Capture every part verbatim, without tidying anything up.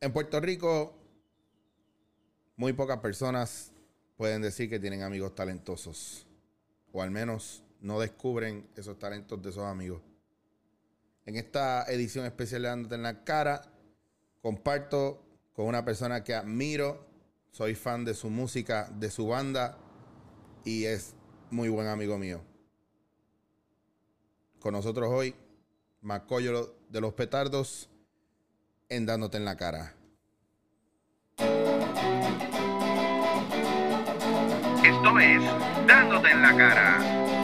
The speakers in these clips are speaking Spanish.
En Puerto Rico, muy pocas personas pueden decir que tienen amigos talentosos. O al menos no descubren esos talentos de esos amigos. En esta edición especial de Dándote en la Cara, comparto con una persona que admiro. Soy fan de su música, de su banda. Y es muy buen amigo mío. Con nosotros hoy, Macoyo de los Petardos, en Dándote en la Cara. Esto es Dándote en la Cara.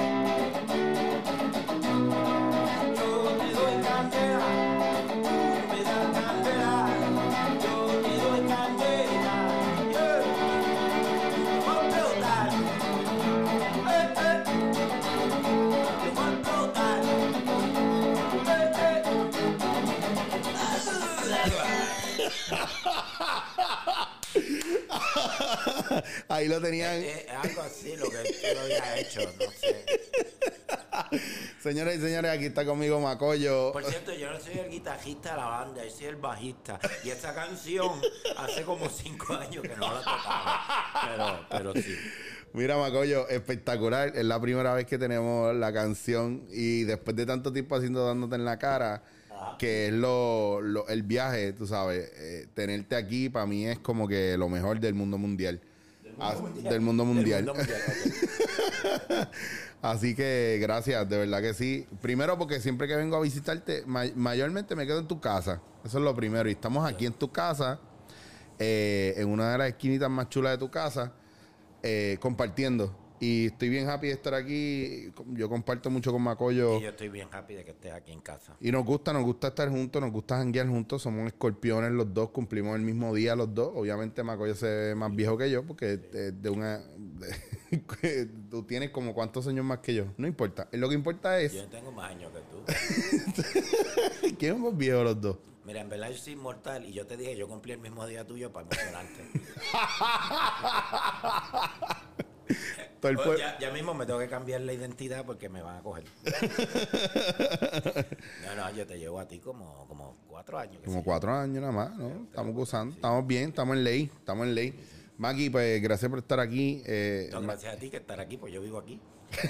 Ahí lo tenían. Es, es algo así lo que yo había hecho, no sé. Señoras y señores, aquí está conmigo Macoyo. Por cierto, yo no soy el guitarrista de la banda, yo soy el bajista. Y esta canción hace como cinco años que no la tocaba. Pero, pero sí. Mira, Macoyo, espectacular. Es la primera vez que tenemos la canción y después de tanto tiempo haciendo Dándote en la Cara, Ajá. que es lo, lo, el viaje, tú sabes, eh, tenerte aquí para mí es como que lo mejor del mundo mundial. Del mundo As, mundial. Del mundo mundial. Del mundo mundial. Así que gracias, de verdad que sí. Primero porque siempre que vengo a visitarte, may mayormente me quedo en tu casa. Eso es lo primero. Y estamos aquí en tu casa, eh, en una de las esquinitas más chulas de tu casa, eh, compartiendo. Y estoy bien happy de estar aquí. Yo comparto mucho con Macoyo. Y yo estoy bien happy de que estés aquí en casa. Y nos gusta, nos gusta estar juntos, nos gusta janguear juntos. Somos escorpiones los dos, cumplimos el mismo día los dos. Obviamente Macoyo se ve más viejo que yo porque de, de una... De, tú tienes como cuántos años más que yo. No importa. Lo que importa es... Yo tengo más años que tú. ¿Quién es más viejo los dos? Mira, en verdad yo soy inmortal y yo te dije, yo cumplí el mismo día tuyo para emocionarte. Pues ya, ya mismo me tengo que cambiar la identidad porque me van a coger. No, no, yo te llevo a ti como, como cuatro años. Como cuatro años nada más, ¿no? Estamos gozando, sí. Estamos bien, estamos en ley, estamos en ley. Maki, pues gracias por estar aquí. Eh, no, gracias a ti que estar aquí, pues yo vivo aquí.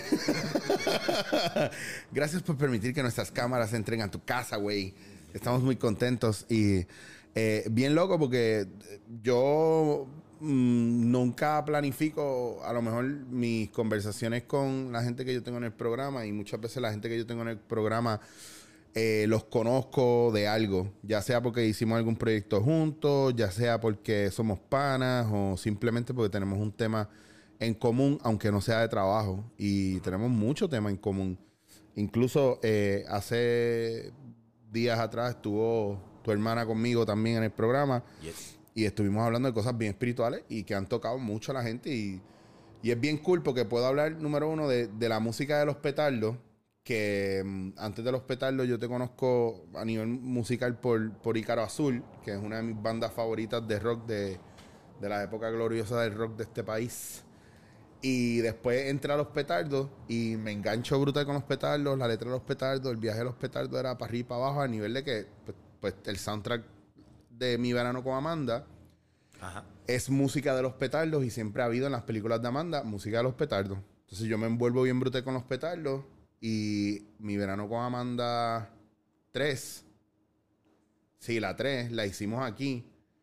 Gracias por permitir que nuestras cámaras entren a tu casa, güey. Estamos muy contentos y eh, bien loco porque yo... Mm, nunca planifico a lo mejor mis conversaciones con la gente que yo tengo en el programa y muchas veces la gente que yo tengo en el programa eh, los conozco de algo, ya sea porque hicimos algún proyecto juntos, ya sea porque somos panas o simplemente porque tenemos un tema en común, aunque no sea de trabajo, y tenemos mucho tema en común. Incluso eh, hace días atrás estuvo tu hermana conmigo también en el programa. Yes. Y estuvimos hablando de cosas bien espirituales y que han tocado mucho a la gente. Y, y es bien cool porque puedo hablar, número uno, de, de la música de Los Petardos. Que um, antes de Los Petardos yo te conozco a nivel musical por, por Ícaro Azul, que es una de mis bandas favoritas de rock de, de la época gloriosa del rock de este país. Y después entré a Los Petardos y me engancho brutal con Los Petardos. La letra de Los Petardos, el viaje de Los Petardos era para arriba y para abajo, a nivel de que pues, pues el soundtrack de Mi Verano con Amanda Ajá. es música de Los Petardos y siempre ha habido en las películas de Amanda música de Los Petardos. Entonces yo me envuelvo bien brutal con Los Petardos y Mi Verano con Amanda tres, sí, la tres, la hicimos aquí,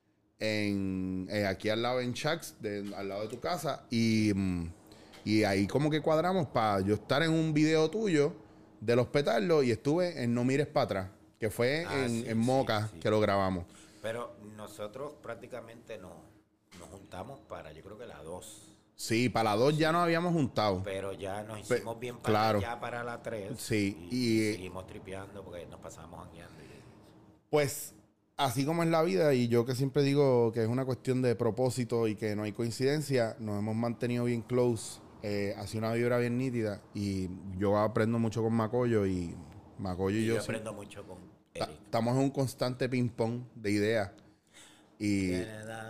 en eh, aquí al lado en Chucks, de, al lado de tu casa y, y ahí como que cuadramos para yo estar en un video tuyo de Los Petardos y estuve en No Mires para Atrás, que fue ah, en, sí, en Moca, sí, sí. que lo grabamos. Pero nosotros prácticamente nos, nos juntamos para, yo creo que la dos. Sí, para la dos ya nos habíamos juntado. Pero ya nos hicimos Pe bien para claro. ya para la tres. Sí. Y, y, y seguimos tripeando porque nos pasábamos jangueando. Pues, así como es la vida, y yo que siempre digo que es una cuestión de propósito y que no hay coincidencia, nos hemos mantenido bien close. Eh, hace una vibra bien nítida. Y yo aprendo mucho con Macoyo y Macoyo y, y yo... yo aprendo sí, mucho con... Estamos en un constante ping-pong de ideas. Y... no,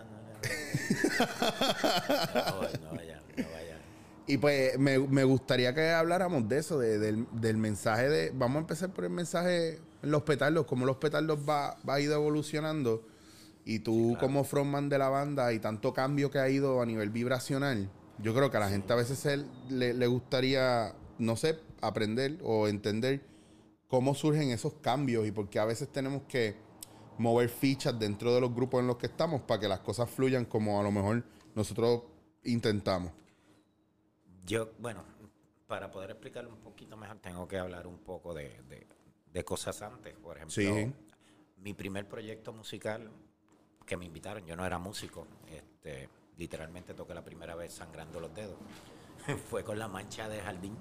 no vaya, no vaya. Y pues me, me gustaría que habláramos de eso, de, del, del mensaje de... Vamos a empezar por el mensaje en Los Petardos, cómo Los Petardos va, va a ir evolucionando Y tú Sí, claro. como frontman de la banda y tanto cambio que ha ido a nivel vibracional, yo creo que a la Sí. gente a veces se- le, le gustaría, no sé, aprender o entender cómo surgen esos cambios y por qué a veces tenemos que mover fichas dentro de los grupos en los que estamos para que las cosas fluyan como a lo mejor nosotros intentamos. Yo, bueno, para poder explicarlo un poquito mejor, tengo que hablar un poco de, de- de cosas antes. Por ejemplo, Sí. mi primer proyecto musical que me invitaron, yo no era músico, este, literalmente toqué la primera vez sangrando los dedos. Fue con La Mancha de Jardín.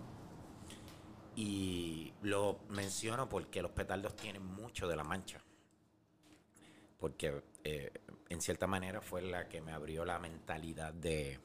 Y lo menciono porque los petardos tienen mucho de La Mancha. Porque eh, en cierta manera fue la que me abrió la mentalidad de,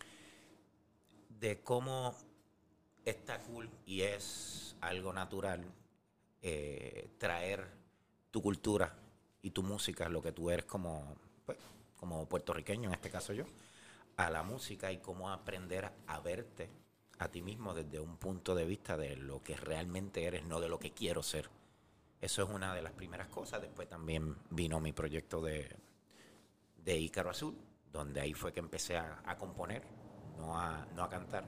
de cómo está cool y es algo natural eh, traer tu cultura y tu música, lo que tú eres como, pues, como puertorriqueño, en este caso yo, a la música y cómo aprender a verte a ti mismo desde un punto de vista de lo que realmente eres, no de lo que quiero ser. Eso es una de las primeras cosas. Después también vino mi proyecto de, de Ícaro Azul, donde ahí fue que empecé a, a componer, no a, no a cantar.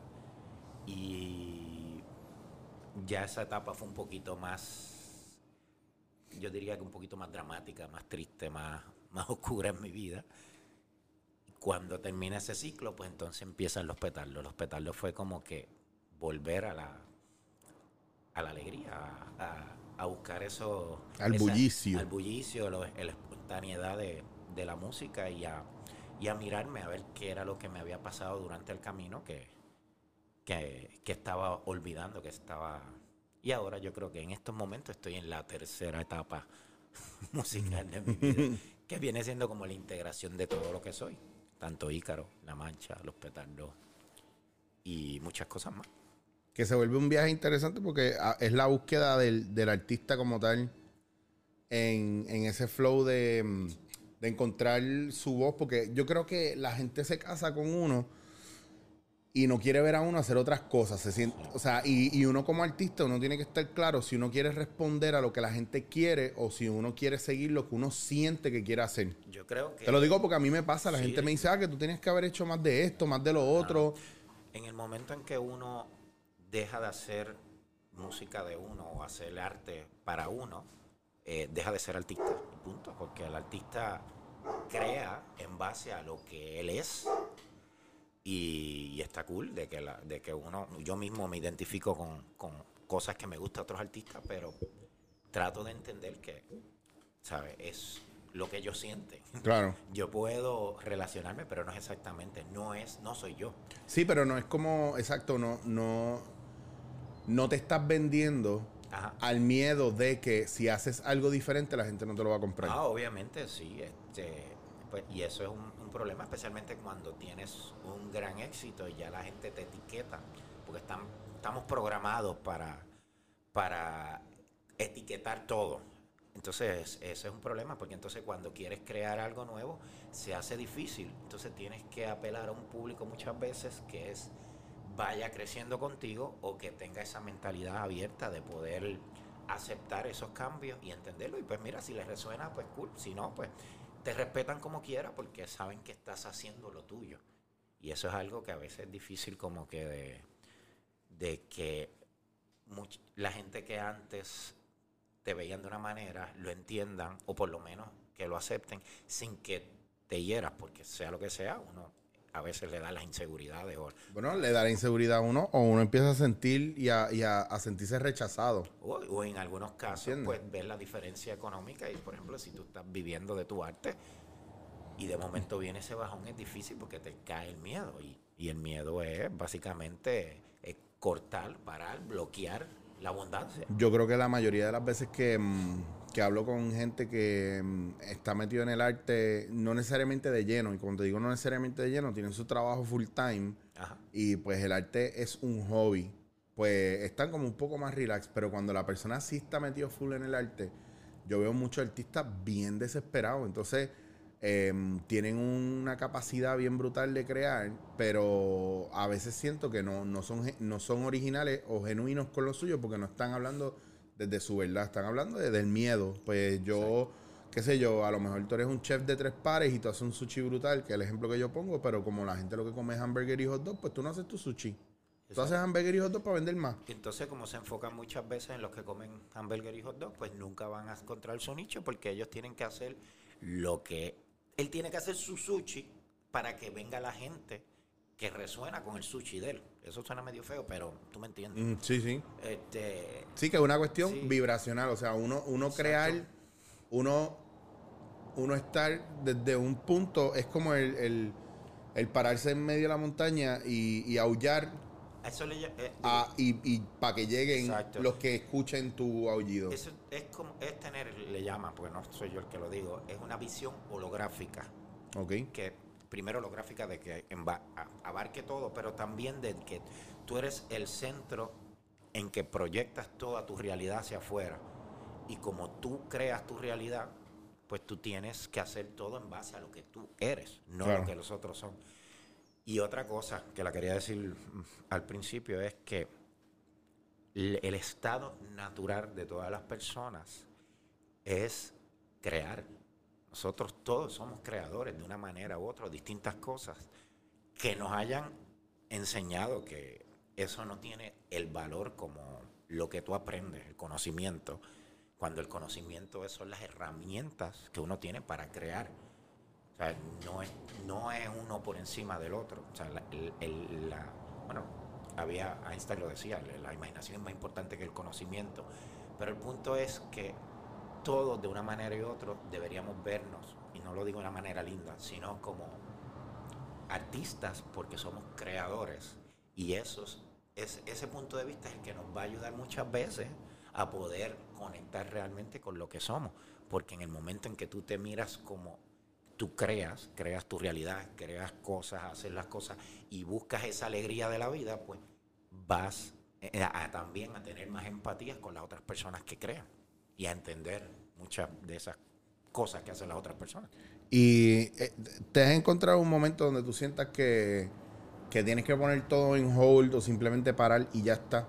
Y ya esa etapa fue un poquito más, yo diría que un poquito más dramática, más triste, más, más oscura en mi vida. Cuando termina ese ciclo, pues entonces empiezan los petardos. Los petardos fue como que volver a la, a la alegría, a, a, a buscar eso. Al esa- bullicio. Al bullicio, lo- la espontaneidad de, de la música y a, y a mirarme a ver qué era lo que me había pasado durante el camino que, que, que estaba olvidando, que estaba... Y ahora yo creo que en estos momentos estoy en la tercera etapa musical de mi vida, que viene siendo como la integración de todo lo que soy. Tanto Ícaro, La Mancha, Los Petardos y muchas cosas más. Que se vuelve un viaje interesante porque ah, es la búsqueda del, del artista como tal en, en ese flow de, mm, de encontrar su voz. Porque yo creo que la gente se casa con uno y no quiere ver a uno hacer otras cosas. Se siente, o sea, y, y uno como artista, uno tiene que estar claro si uno quiere responder a lo que la gente quiere o si uno quiere seguir lo que uno siente que quiere hacer. Yo creo que... Te lo digo porque a mí me pasa, la Sí. gente me dice, ah, que tú tienes que haber hecho más de esto, más de lo otro. En el momento en que uno deja de hacer música de uno o hacer arte para uno, eh, deja de ser artista, y punto. Porque el artista crea en base a lo que él es y, y está cool de que, la, de que uno, yo mismo me identifico con, con cosas que me gustan a otros artistas, pero trato de entender que, ¿sabes? Es lo que ellos sienten. Claro. Yo puedo relacionarme, pero no es exactamente, no es, no soy yo. Sí, pero no es como, exacto, no, no, no te estás vendiendo Ajá. al miedo de que si haces algo diferente la gente no te lo va a comprar. Ah, obviamente sí, este, pues, y eso es un, un problema, especialmente cuando tienes un gran éxito y ya la gente te etiqueta, porque están, estamos programados para, para etiquetar todo. Entonces, ese es un problema, porque entonces cuando quieres crear algo nuevo, se hace difícil. Entonces tienes que apelar a un público muchas veces que es vaya creciendo contigo o que tenga esa mentalidad abierta de poder aceptar esos cambios y entenderlo. Y pues mira, si les resuena, pues cool. Si no, pues te respetan como quiera porque saben que estás haciendo lo tuyo. Y eso es algo que a veces es difícil como que de, de que much, la gente que antes te veían de una manera, lo entiendan o por lo menos que lo acepten sin que te hieras, porque sea lo que sea, uno a veces le da las inseguridades. O, Bueno, le da la inseguridad a uno o uno empieza a sentir y a, y a, a sentirse rechazado. o, o en algunos casos, ¿Entiendes? pues ver la diferencia económica y, por ejemplo, si tú estás viviendo de tu arte y de momento viene ese bajón, es difícil porque te cae el miedo. Y, y el miedo es básicamente es cortar, parar, bloquear la abundancia. Yo creo que la mayoría de las veces que, mm, que hablo con gente que mm, está metido en el arte, no necesariamente de lleno, y cuando te digo no necesariamente de lleno, tienen su trabajo full time, Ajá. y pues el arte es un hobby, pues están como un poco más relax, pero cuando la persona sí está metido full en el arte, yo veo muchos artistas bien desesperados, entonces eh, tienen una capacidad bien brutal de crear, pero a veces siento que no, no, son, no son originales o genuinos con lo suyo porque no están hablando desde su verdad, están hablando desde el miedo. Pues yo qué sé yo, a lo mejor tú eres un chef de tres pares y tú haces un sushi brutal, que es el ejemplo que yo pongo, pero como la gente lo que come es hamburger y hot dog, pues tú no haces tu sushi. Tú Exacto. haces hamburger y hot dog para vender más. Entonces, como se enfocan muchas veces en los que comen hamburger y hot dog, pues nunca van a encontrar su nicho porque ellos tienen que hacer lo que... Él tiene que hacer su sushi para que venga la gente que resuena con el sushi de él. Eso suena medio feo, pero tú me entiendes. Mm, sí, sí. Este, Sí, que es una cuestión Sí. vibracional. O sea, uno, uno Exacto. crear, uno, uno estar desde un punto, es como el, el, el pararse en medio de la montaña y, y aullar a eso le ll- eh, digo, a- y, y para que lleguen Exacto. los que escuchen tu aullido. eso es como es tener, le llaman, porque no soy yo el que lo digo, es una visión holográfica. Ok. Que primero holográfica de que emba- a- abarque todo, pero también de que tú eres el centro en que proyectas toda tu realidad hacia afuera. Y como tú creas tu realidad, pues tú tienes que hacer todo en base a lo que tú eres, no Claro. lo que los otros son. Y otra cosa que la quería decir mm, al principio es que el, el estado natural de todas las personas es crear. Nosotros todos somos creadores de una manera u otra, distintas cosas, que nos hayan enseñado que eso no tiene el valor como lo que tú aprendes, el conocimiento, cuando el conocimiento son las herramientas que uno tiene para crear. O sea, no es, no es uno por encima del otro. O sea, la, el, el, la, bueno, había, Einstein lo decía, la imaginación es más importante que el conocimiento. Pero el punto es que todos de una manera y otra deberíamos vernos, y no lo digo de una manera linda, sino como artistas porque somos creadores. Y esos, es, ese punto de vista es el que nos va a ayudar muchas veces a poder conectar realmente con lo que somos. Porque en el momento en que tú te miras como tú creas, creas tu realidad, creas cosas, haces las cosas y buscas esa alegría de la vida, pues vas a, a también a tener más empatía con las otras personas que crean y a entender muchas de esas cosas que hacen las otras personas. Y eh, te has encontrado un momento donde tú sientas que, que tienes que poner todo en hold o simplemente parar y ya está.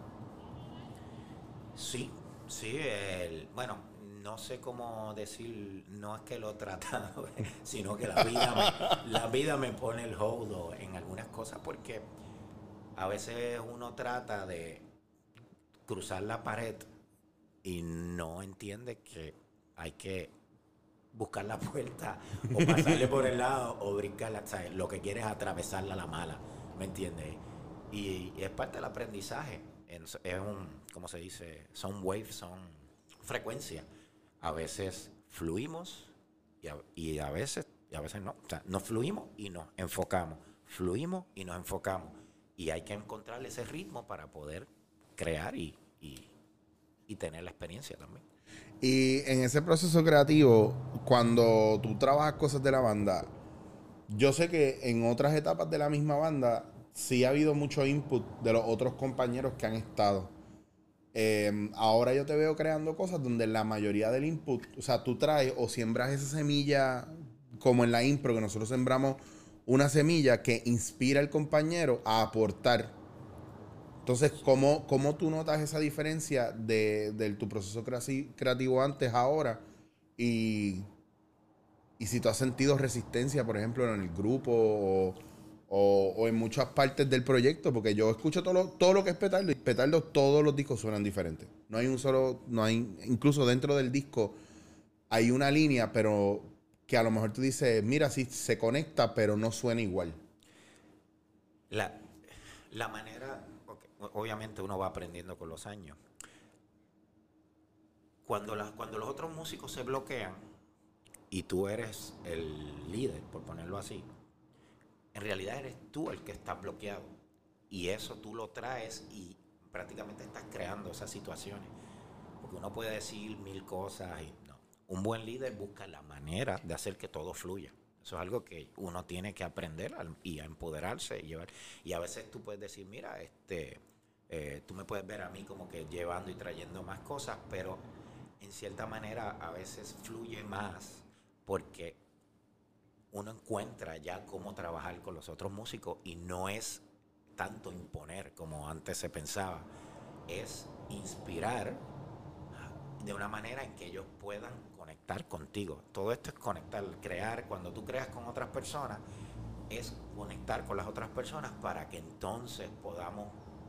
Sí, sí, el, bueno, no sé cómo decir, no es que lo he tratado, sino que la vida me, la vida me pone el hold en algunas cosas porque a veces uno trata de cruzar la pared y no entiende que hay que buscar la puerta o pasarle por el lado o brincarla. O sea, lo que quiere es atravesarla a la mala, ¿me entiendes? Y, y es parte del aprendizaje. Es un, ¿cómo se dice? Son waves, son frecuencias. A veces fluimos y a, y a veces y a veces no. O sea, nos fluimos y nos enfocamos. Fluimos y nos enfocamos. Y hay que encontrar ese ritmo para poder crear y, y, y tener la experiencia también. Y en ese proceso creativo, cuando tú trabajas cosas de la banda, yo sé que en otras etapas de la misma banda sí ha habido mucho input de los otros compañeros que han estado. Eh, ahora yo te veo creando cosas donde la mayoría del input, o sea, tú traes o siembras esa semilla, como en la impro, que nosotros sembramos una semilla que inspira al compañero a aportar. Entonces, ¿cómo, cómo tú notas esa diferencia de, de tu proceso creasi- creativo antes, ahora? Y, y si tú has sentido resistencia, por ejemplo, en el grupo o, o- o en muchas partes del proyecto, porque yo escucho todo lo, todo lo que es Petardo y Petardo todos los discos suenan diferentes. No hay un solo, no hay, incluso dentro del disco hay una línea, pero que a lo mejor tú dices, mira, sí se conecta, pero no suena igual. La, la manera, okay, obviamente uno va aprendiendo con los años. Cuando, la, cuando los otros músicos se bloquean y tú eres el líder, por ponerlo así, en realidad eres tú el que está bloqueado. Y eso tú lo traes y prácticamente estás creando esas situaciones. Porque uno puede decir mil cosas y no. Un buen líder busca la manera de hacer que todo fluya. Eso es algo que uno tiene que aprender y a empoderarse y llevar. Y a veces tú puedes decir, mira, este, eh, tú me puedes ver a mí como que llevando y trayendo más cosas, pero en cierta manera a veces fluye más porque uno encuentra ya cómo trabajar con los otros músicos y no es tanto imponer como antes se pensaba, es inspirar de una manera en que ellos puedan conectar contigo. Todo esto es conectar, crear. Cuando tú creas con otras personas, es conectar con las otras personas para que entonces podamos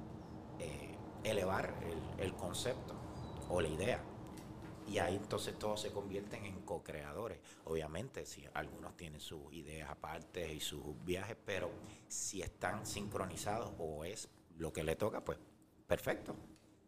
eh, elevar el, el concepto o la idea. Y ahí entonces todos se convierten en co-creadores. Obviamente, si algunos tienen sus ideas aparte y sus viajes, pero si están sincronizados o es lo que le toca, pues perfecto.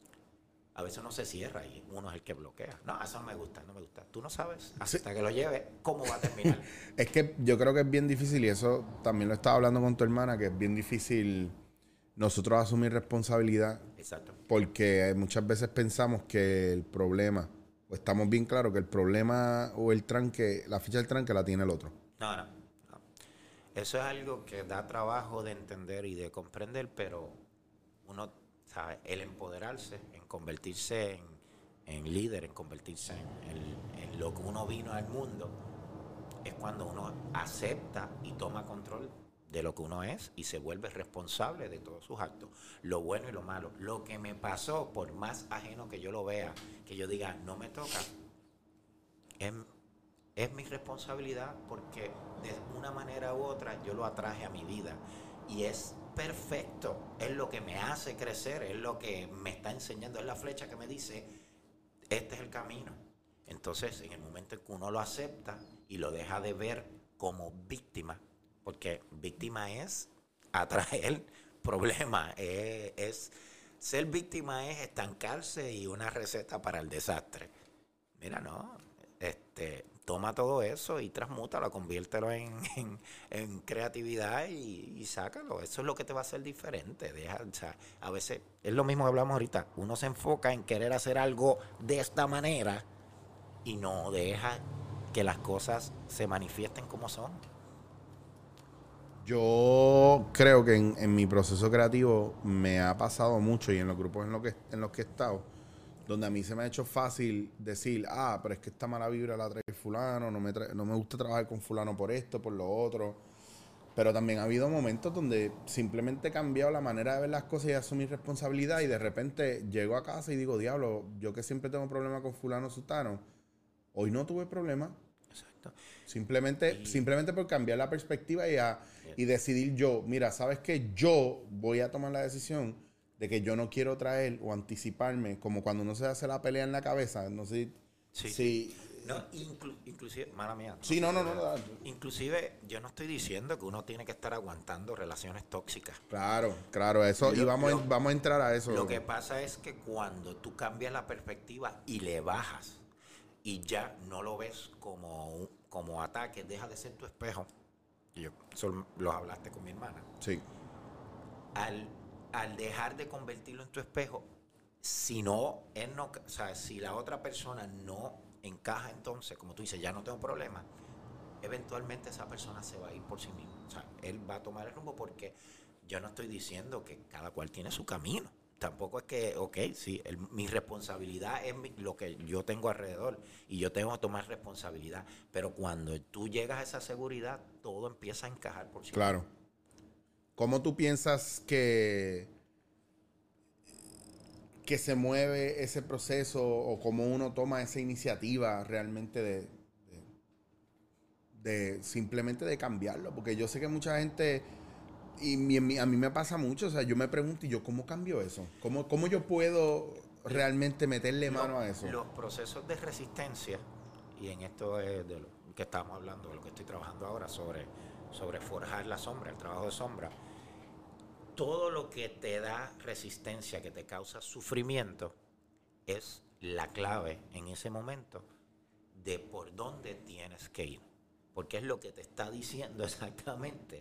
A veces uno se cierra y uno es el que bloquea. No, eso no me gusta, no me gusta. Tú no sabes, hasta sí. que lo lleves, cómo va a terminar. Es que yo creo que es bien difícil, y eso también lo estaba hablando con tu hermana, que es bien difícil nosotros asumir responsabilidad. Exacto. Porque muchas veces pensamos que el problema, o estamos bien claros que el problema o el tranque, la ficha del tranque la tiene el otro. No, no, no. Eso es algo que da trabajo de entender y de comprender, pero uno, ¿sabe? El empoderarse, en convertirse en, en líder, en convertirse en, en, en lo que uno vino al mundo, es cuando uno acepta y toma control de lo que uno es y se vuelve responsable de todos sus actos, lo bueno y lo malo. Lo que me pasó, por más ajeno que yo lo vea, que yo diga, no me toca, es, es mi responsabilidad, porque de una manera u otra yo lo atraje a mi vida y es perfecto, es lo que me hace crecer, es lo que me está enseñando, es la flecha que me dice, este es el camino. Entonces, en el momento en que uno lo acepta y lo deja de ver como víctima, porque víctima es atraer problemas, es, es ser víctima es estancarse y una receta para el desastre. Mira, no, este, toma todo eso y transmútalo, conviértelo en, en, en creatividad y, y sácalo. Eso es lo que te va a hacer diferente. Deja, o sea, a veces es lo mismo que hablamos ahorita. Uno se enfoca en querer hacer algo de esta manera y no deja que las cosas se manifiesten como son. Yo creo que en, en mi proceso creativo me ha pasado mucho, y en los grupos en los que, en los que he estado, donde a mí se me ha hecho fácil decir, ah, pero es que esta mala vibra la trae fulano, no me, trae, no me gusta trabajar con fulano por esto, por lo otro. Pero también ha habido momentos donde simplemente he cambiado la manera de ver las cosas y asumir responsabilidad, y de repente llego a casa y digo, diablo, yo que siempre tengo problemas con fulano sutano, hoy no tuve problema. Exacto. Simplemente, Y, simplemente por cambiar la perspectiva y, a, y decidir yo, mira, ¿sabes qué? Yo voy a tomar la decisión de que yo no quiero traer o anticiparme, como cuando uno se hace la pelea en la cabeza, no sé sí. si... No, inclu, inclusive, mala mía. No sí, no, no, no, no. Inclusive, yo no estoy diciendo que uno tiene que estar aguantando relaciones tóxicas. Claro, claro, eso, lo, y vamos, lo, a, vamos a entrar a eso. Lo que pasa es que cuando tú cambias la perspectiva y le bajas, y ya no lo ves como, como ataque, deja de ser tu espejo. Y yo, eso lo hablaste con mi hermana. Sí. Al, al dejar de convertirlo en tu espejo, si no, él no, o sea, si la otra persona no encaja, entonces, como tú dices, ya no tengo problema, eventualmente esa persona se va a ir por sí misma. O sea, él va a tomar el rumbo, porque yo no estoy diciendo que cada cual tiene su camino. Tampoco es que, ok, sí, el, mi responsabilidad es mi, lo que yo tengo alrededor, y yo tengo que tomar responsabilidad. Pero cuando tú llegas a esa seguridad, todo empieza a encajar por sí. Claro. ¿Cómo tú piensas que, que se mueve ese proceso, o cómo uno toma esa iniciativa realmente de, de, de simplemente de cambiarlo? Porque yo sé que mucha gente... Y mi, mi, a mí me pasa mucho, o sea, yo me pregunto, ¿y yo cómo cambio eso? ¿Cómo, cómo yo puedo realmente meterle mano Lo, a eso? Los procesos de resistencia, y en esto es de lo que estamos hablando, de lo que estoy trabajando ahora, sobre, sobre forjar la sombra, el trabajo de sombra, todo lo que te da resistencia, que te causa sufrimiento, es la clave en ese momento de por dónde tienes que ir. Porque es lo que te está diciendo exactamente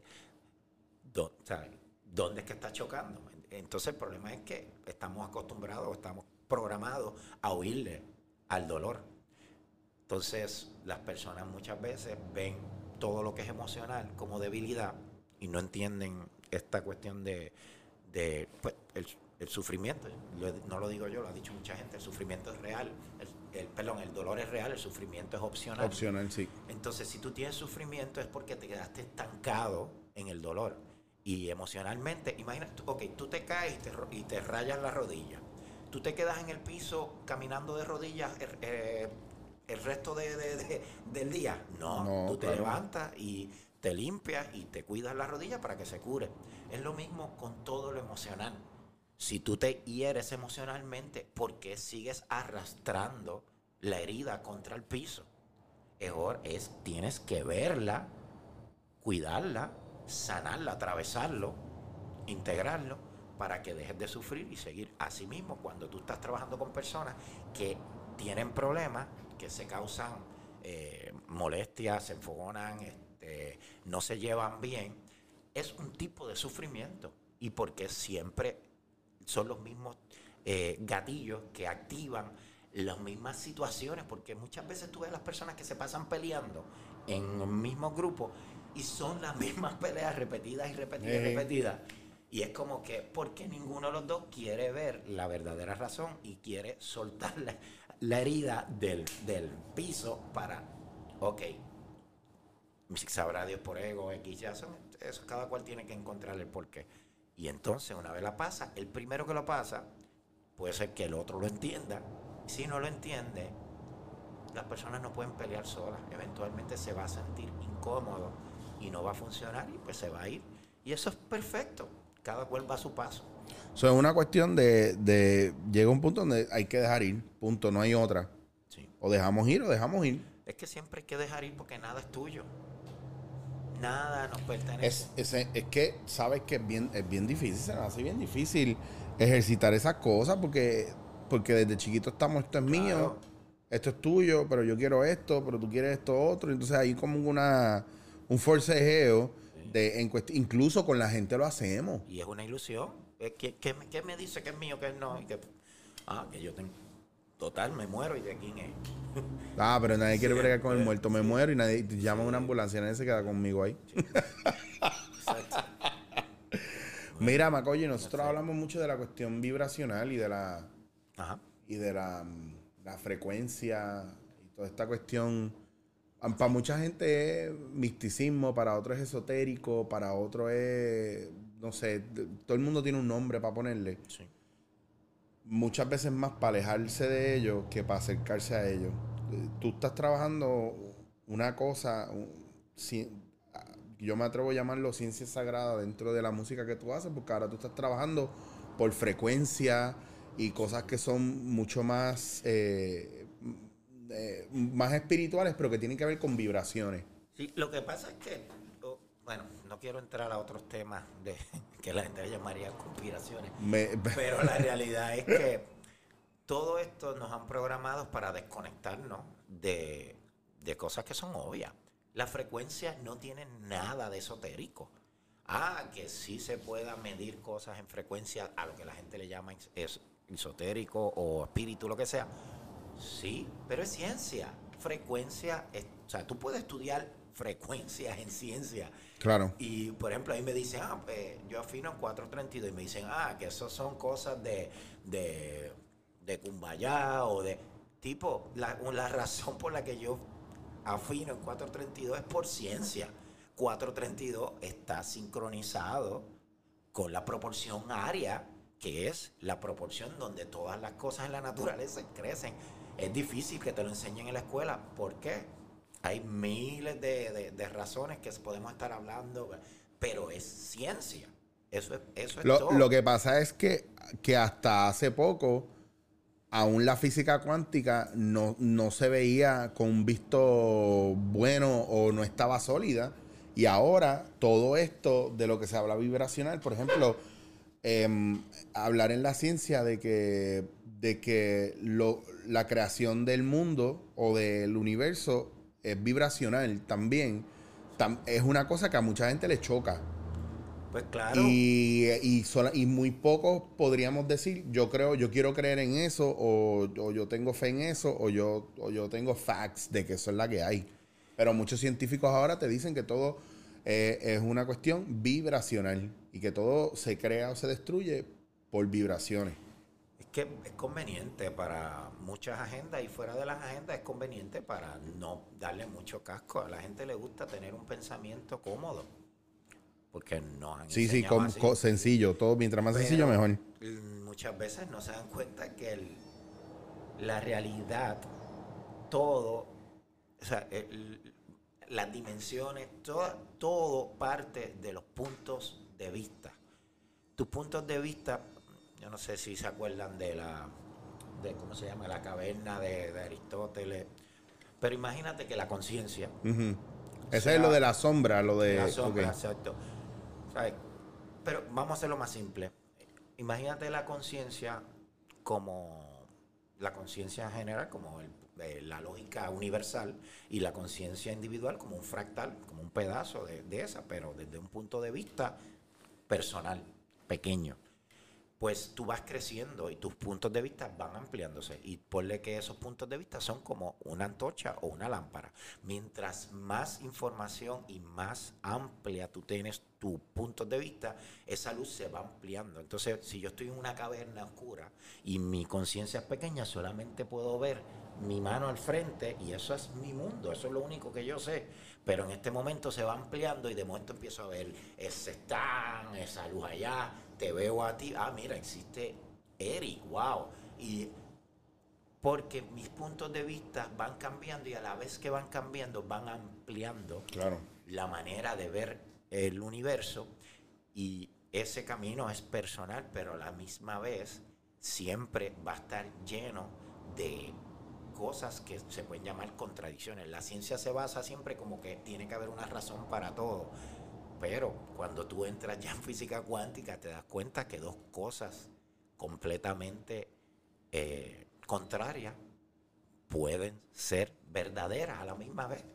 dónde es que está chocando. Entonces el problema es que estamos acostumbrados, estamos programados a huirle al dolor. Entonces las personas muchas veces ven todo lo que es emocional como debilidad y no entienden esta cuestión de, de pues, el, el sufrimiento. No lo digo yo, lo ha dicho mucha gente, el sufrimiento es real. El, el, perdón, el dolor es real, el sufrimiento es opcional. Opcional, sí. Entonces si tú tienes sufrimiento es porque te quedaste estancado en el dolor. Y emocionalmente, imagina, ok, tú te caes y te, y te rayas la rodilla. Tú tú te quedas en el piso caminando de rodillas el, eh, el resto de, de, de, del día. No, No, tú te claro. levantas y te limpias y te cuidas la rodilla para que se cure. Es lo mismo con todo lo emocional. Si tú te hieres emocionalmente, ¿por qué sigues arrastrando la herida contra el piso? Es, es, tienes que verla, cuidarla, sanarla, atravesarlo, integrarlo, para que dejes de sufrir y seguir. Asimismo, cuando tú estás trabajando con personas que tienen problemas, que se causan eh, molestias, se enfogonan, este, no se llevan bien, es un tipo de sufrimiento. Y porque siempre son los mismos eh, gatillos que activan las mismas situaciones, porque muchas veces tú ves a las personas que se pasan peleando en un mismo grupo y son las mismas peleas repetidas y repetidas y Eh. repetidas. Y es como que porque ninguno de los dos quiere ver la verdadera razón y quiere soltar la, la herida del, del piso para, ok, sabrá Dios por ego, X, ya son, eso cada cual tiene que encontrar el porqué. Y entonces una vez la pasa, el primero que lo pasa, puede ser que el otro lo entienda. Si no lo entiende, las personas no pueden pelear solas. Eventualmente se va a sentir incómodo y no va a funcionar y pues se va a ir. Y eso es perfecto. Cada cual va a su paso. Eso es una cuestión de, de... Llega un punto donde hay que dejar ir. Punto. No hay otra. Sí. O dejamos ir o dejamos ir. Es que siempre hay que dejar ir porque nada es tuyo. Nada nos pertenece. Es, es, es que sabes que es bien, es bien difícil, se nos hace bien difícil ejercitar esas cosas porque, porque desde chiquito estamos, esto es Claro. mío, esto es tuyo, pero yo quiero esto, pero tú quieres esto otro. Entonces hay como una, un forcejeo, sí, de, en cuest- incluso con la gente lo hacemos. Y es una ilusión. ¿Qué, qué, qué me dice que es mío, que no? Y que, ah, que yo tengo... Total, me muero y de quién es. Ah, pero nadie quiere Sí, bregar con el sí, muerto. Me sí. muero y nadie te llama a Sí. una ambulancia y nadie se queda conmigo ahí. Sí. Exacto. Mira, Macoy, nosotros Perfecto. hablamos mucho de la cuestión vibracional y de la Ajá. y de la, la frecuencia y toda esta cuestión. Para mucha gente es misticismo, para otros es esotérico, para otros es, no sé, de- todo el mundo tiene un nombre para ponerle. Sí. Muchas veces más para alejarse de ellos que para acercarse a ellos. Eh, Tú estás trabajando una cosa, un- ci- yo me atrevo a llamarlo ciencia sagrada dentro de la música que tú haces, porque ahora tú estás trabajando por frecuencia y cosas que son mucho más, eh, eh, más espirituales, pero que tienen que ver con vibraciones. Sí, lo que pasa es que, oh, bueno, no quiero entrar a otros temas de que la gente llamaría conspiraciones, Me- pero la realidad es que todo esto nos han programado para desconectarnos de, de cosas que son obvias. Las frecuencias no tienen nada de esotérico. Ah, que sí se pueda medir cosas en frecuencia, a lo que la gente le llama es, es esotérico o espíritu, lo que sea. Sí, pero es ciencia. Frecuencia, es, o sea, tú puedes estudiar frecuencias en ciencia. Claro. Y, por ejemplo, ahí me dicen, ah, pues, yo afino en cuatrocientos treinta y dos. Y me dicen, ah, que eso son cosas de, de, de Cumbayá o de... Tipo, la, la razón por la que yo afino en cuatrocientos treinta y dos es por ciencia. cuatrocientos treinta y dos está sincronizado con la proporción área, que es la proporción donde todas las cosas en la naturaleza crecen. Es difícil que te lo enseñen en la escuela. ¿Por qué? Hay miles de, de, de razones que podemos estar hablando, pero es ciencia. Eso es, eso es Lo, todo. lo que pasa es que, que hasta hace poco, aún la física cuántica no, no se veía con un visto bueno o no estaba sólida. Y ahora todo esto de lo que se habla vibracional, por ejemplo, eh, hablar en la ciencia de que, de que lo, la creación del mundo o del universo es vibracional también, tam, es una cosa que a mucha gente le choca. Pues claro. Y, y, sola, y muy pocos podríamos decir, yo creo, yo quiero creer en eso, o, o yo tengo fe en eso, o yo, o yo tengo facts de que eso es la que hay. Pero muchos científicos ahora te dicen que todo eh, es una cuestión vibracional y que todo se crea o se destruye por vibraciones. Es que es conveniente para muchas agendas y fuera de las agendas es conveniente para no darle mucho casco. A la gente le gusta tener un pensamiento cómodo. porque nos han Sí, sí, enseñado com- así. co- sencillo. Todo, mientras más Pero sencillo, mejor. mm, muchas veces no se dan cuenta que el- la realidad, todo, o sea, el- las dimensiones, todo, todo parte de los puntos de vista. Tus puntos de vista, yo no sé si se acuerdan de la, de cómo se llama, la caverna de, de Aristóteles, pero imagínate que la conciencia, Ujú. Ese sea es lo de la sombra, lo de... la sombra, ok. exacto. ¿Sabes? Pero vamos a hacerlo más simple. Imagínate la conciencia como la conciencia general, como el- eh, la lógica universal, y la conciencia individual como un fractal, como un pedazo de, de esa, pero desde un punto de vista personal, pequeño. Pues tú vas creciendo y tus puntos de vista van ampliándose. Y ponle que esos puntos de vista son como una antorcha o una lámpara. Mientras más información y más amplia tú tienes tus puntos de vista, esa luz se va ampliando. Entonces, si yo estoy en una caverna oscura y mi conciencia es pequeña, solamente puedo ver mi mano al frente y eso es mi mundo, eso es lo único que yo sé. Pero en este momento se va ampliando y de momento empiezo a ver ese stand, esa luz allá, te veo a ti, ah, mira, existe Eric, wow. Y porque mis puntos de vista van cambiando y a la vez que van cambiando van ampliando Claro. la manera de ver el universo, y ese camino es personal, pero a la misma vez siempre va a estar lleno de cosas que se pueden llamar contradicciones. La ciencia se basa siempre como que tiene que haber una razón para todo, pero cuando tú entras ya en física cuántica te das cuenta que dos cosas completamente eh, contrarias pueden ser verdaderas a la misma vez.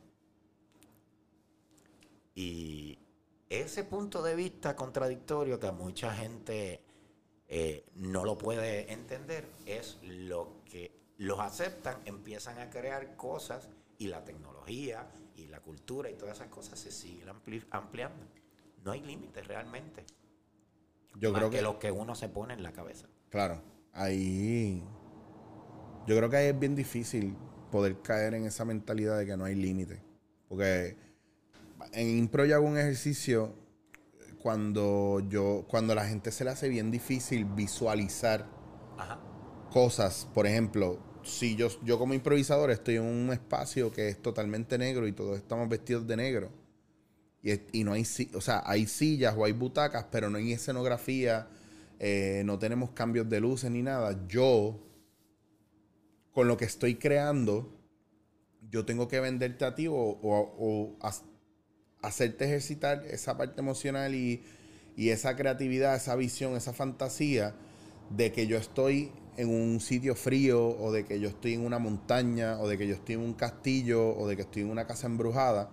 Y ese punto de vista contradictorio que a mucha gente eh, no lo puede entender es lo que los aceptan, empiezan a crear cosas y la tecnología y la cultura y todas esas cosas se siguen ampli- ampliando. No hay límites realmente. Yo más creo que, que... lo que uno se pone en la cabeza. Claro. Ahí... Yo creo que ahí es bien difícil poder caer en esa mentalidad de que no hay límite. Porque en Impro yo hago un ejercicio cuando yo... Cuando a la gente se le hace bien difícil visualizar Ajá. cosas. Por ejemplo, si yo, yo como improvisador estoy en un espacio que es totalmente negro y todos estamos vestidos de negro. Y, es- y no hay... si- O sea, hay sillas o hay butacas, pero no hay escenografía. eh, no tenemos cambios de luces ni nada. Yo... con lo que estoy creando, yo tengo que venderte a ti o, o- o ha- hacerte ejercitar esa parte emocional y, y esa creatividad, esa visión, esa fantasía de que yo estoy en un sitio frío o de que yo estoy en una montaña o de que yo estoy en un castillo o de que estoy en una casa embrujada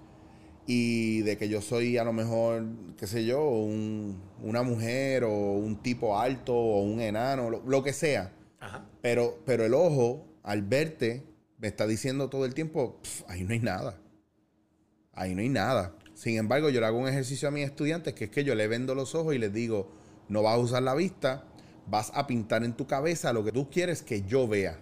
y de que yo soy a lo mejor, qué sé yo, un- una mujer o un tipo alto o un enano, lo, lo que sea. Ajá. Pero, pero el ojo, al verte, me está diciendo todo el tiempo, "Pf, ahí no hay nada. Ahí no hay nada." Sin embargo, yo le hago un ejercicio a mis estudiantes, que es que yo le vendo los ojos y les digo, no vas a usar la vista, vas a pintar en tu cabeza lo que tú quieres que yo vea.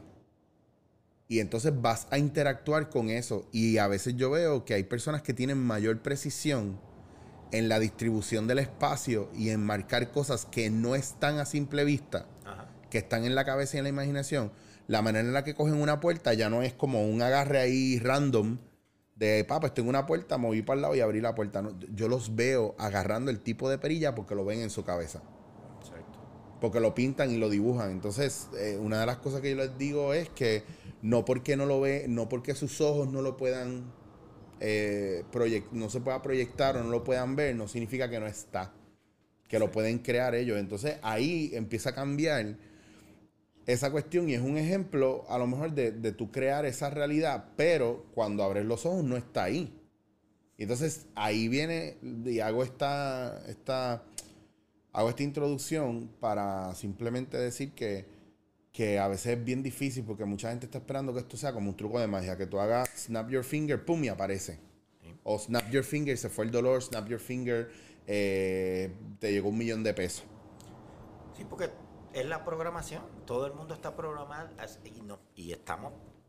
Y entonces vas a interactuar con eso. Y a veces yo veo que hay personas que tienen mayor precisión en la distribución del espacio y en marcar cosas que no están a simple vista, Ajá. que están en la cabeza y en la imaginación. La manera en la que cogen una puerta ya no es como un agarre ahí random de, papá, estoy en una puerta, moví para el lado y abrí la puerta. No, yo los veo agarrando el tipo de perilla porque lo ven en su cabeza. Exacto. Porque lo pintan y lo dibujan. Entonces, eh, una de las cosas que yo les digo es que no porque no lo ve, no porque sus ojos no lo puedan eh, proyect- no se pueda proyectar o no lo puedan ver, no significa que no está. Que lo Sí. pueden crear ellos. Entonces ahí empieza a cambiar esa cuestión y es un ejemplo a lo mejor de, de tú crear esa realidad, pero cuando abres los ojos no está ahí. Y entonces ahí viene y hago esta, esta, hago esta introducción para simplemente decir que, que a veces es bien difícil porque mucha gente está esperando que esto sea como un truco de magia, que tú hagas snap your finger, pum, y aparece. Sí. O snap your finger, se fue el dolor, snap your finger, eh, te llegó un millón de pesos. Sí, porque es la programación. Todo el mundo está programado así, y, no, y estamos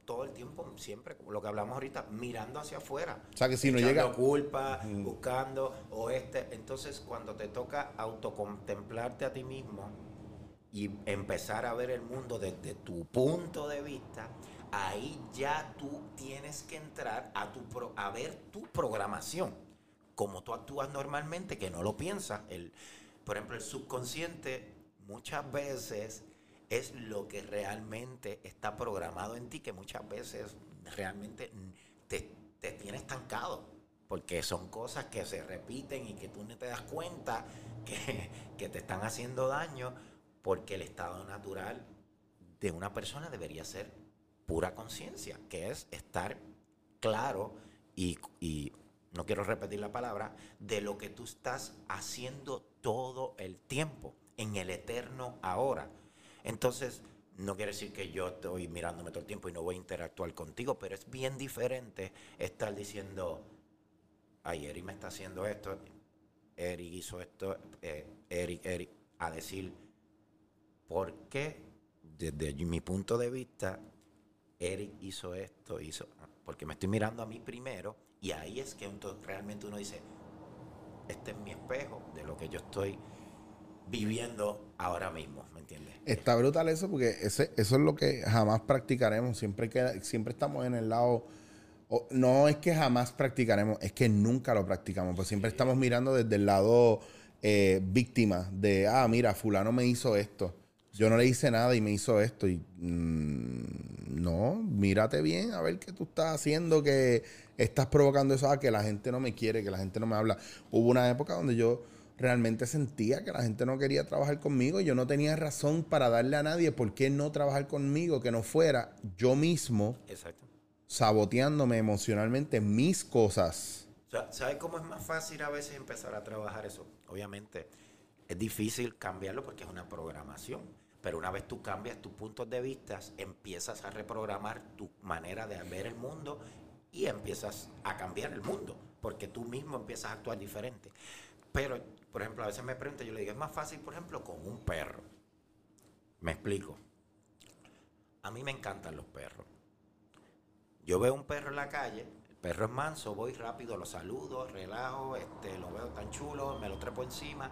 todo el tiempo, siempre, lo que hablamos ahorita, mirando hacia afuera. O sea, que si no echando llega... culpa, Ujú. buscando, o este. Entonces, cuando te toca autocontemplarte a ti mismo y empezar a ver el mundo desde tu punto de vista, ahí ya tú tienes que entrar a, tu pro, a ver tu programación, como tú actúas normalmente, que no lo piensas. El, por ejemplo, el subconsciente muchas veces es lo que realmente está programado en ti, que muchas veces realmente te, te tiene estancado, porque son cosas que se repiten y que tú no te das cuenta que, que te están haciendo daño, porque el estado natural de una persona debería ser pura conciencia, que es estar claro y, y no quiero repetir la palabra, de lo que tú estás haciendo todo el tiempo, en el eterno ahora. Entonces, no quiere decir que yo estoy mirándome todo el tiempo y no voy a interactuar contigo, pero es bien diferente estar diciendo, ay, Eric me está haciendo esto, Eric hizo esto, eh, Eric, Eric, a decir, ¿por qué? Desde mi punto de vista, Eric hizo esto, hizo, porque me estoy mirando a mí primero, y ahí es que entonces realmente uno dice, este es mi espejo de lo que yo estoy viviendo ahora mismo, ¿me entiendes? Está brutal eso porque ese, eso es lo que jamás practicaremos. Siempre, que, siempre estamos en el lado... o- no es que jamás practicaremos, es que nunca lo practicamos. Pues siempre estamos mirando desde el lado eh, víctima de, ah, mira, fulano me hizo esto. Yo no le hice nada y me hizo esto. Y mm, no, mírate bien a ver qué tú estás haciendo, que estás provocando eso, ah, que la gente no me quiere, que la gente no me habla. Hubo una época donde yo realmente sentía que la gente no quería trabajar conmigo. Yo no tenía razón para darle a nadie por qué no trabajar conmigo, que no fuera yo mismo Exacto. saboteándome emocionalmente mis cosas. O sea, ¿sabes cómo es más fácil a veces empezar a trabajar eso? Obviamente es difícil cambiarlo porque es una programación, pero una vez tú cambias tus puntos de vista, empiezas a reprogramar tu manera de ver el mundo y empiezas a cambiar el mundo, porque tú mismo empiezas a actuar diferente. Pero, por ejemplo, a veces me pregunto, yo le digo, es más fácil, por ejemplo, con un perro. Me explico. A mí me encantan los perros. Yo veo un perro en la calle, el perro es manso, voy rápido, lo saludo, relajo, este, lo veo tan chulo, me lo trepo encima.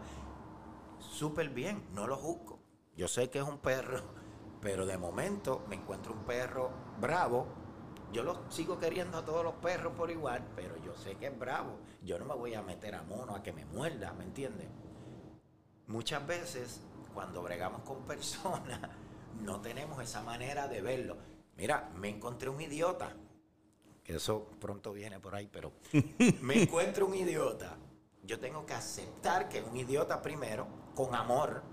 Súper bien, no lo juzgo. Yo sé que es un perro, pero de momento me encuentro un perro bravo. Yo lo sigo queriendo a todos los perros por igual, pero yo sé que es bravo. Yo no me voy a meter a mono a que me muerda, ¿me entiendes? Muchas veces, cuando bregamos con personas, no tenemos esa manera de verlo. Mira, me encontré un idiota, que eso pronto viene por ahí, pero me encuentro un idiota. Yo tengo que aceptar que es un idiota primero, con amor,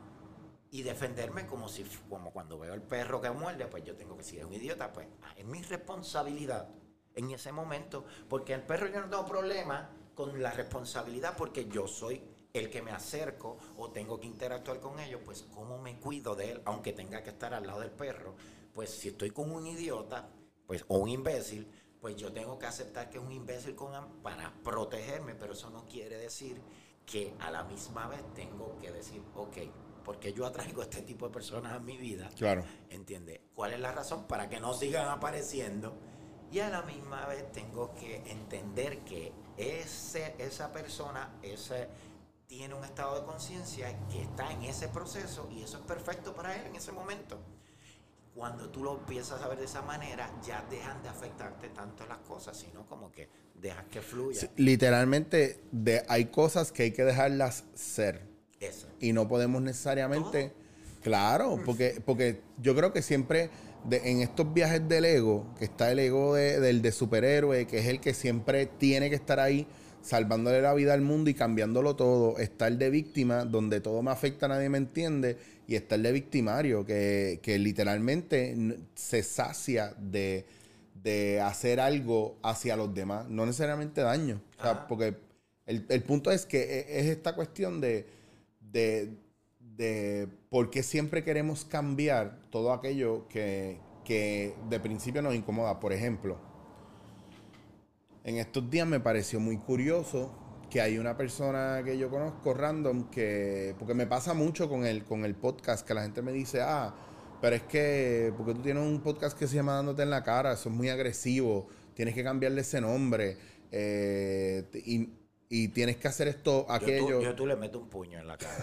y defenderme como si, como cuando veo al perro que muerde, pues yo tengo que, si es un idiota, pues ah, es mi responsabilidad en ese momento, porque el perro yo no tengo problema con la responsabilidad, porque yo soy el que me acerco o tengo que interactuar con ellos, pues cómo me cuido de él, aunque tenga que estar al lado del perro. Pues si estoy con un idiota, pues, o un imbécil, pues yo tengo que aceptar que es un imbécil con, para protegerme, pero eso no quiere decir que a la misma vez tengo que decir, ok, porque yo atraigo a este tipo de personas a mi vida. Claro. ¿Entiendes? ¿Cuál es la razón? Para que no sigan apareciendo. Y a la misma vez tengo que entender que ese, esa persona ese, tiene un estado de conciencia que está en ese proceso y eso es perfecto para él en ese momento. Cuando tú lo empiezas a ver de esa manera, ya dejan de afectarte tanto las cosas, sino como que dejas que fluya. Sí, literalmente de, hay cosas que hay que dejarlas ser. Eso. Y no podemos necesariamente... ¿Todo? Claro, porque, porque yo creo que siempre de, en estos viajes del ego, que está el ego de, del de superhéroe, que es el que siempre tiene que estar ahí salvándole la vida al mundo y cambiándolo todo. Está el de víctima, donde todo me afecta, nadie me entiende. Y está el de victimario, que, que literalmente se sacia de, de hacer algo hacia los demás, no necesariamente daño. O sea, Ajá. porque el, el punto es que es esta cuestión de, de, de por qué siempre queremos cambiar todo aquello que, que de principio nos incomoda. Por ejemplo, en estos días me pareció muy curioso que hay una persona que yo conozco random que, porque me pasa mucho con el, con el podcast, que la gente me dice, ah, Pero es que, porque tú tienes un podcast que se llama Dándote en la Cara, eso es muy agresivo, tienes que cambiarle ese nombre, eh, y, y tienes que hacer esto, Yo aquello. tú, yo tú le meto un puño en la cara.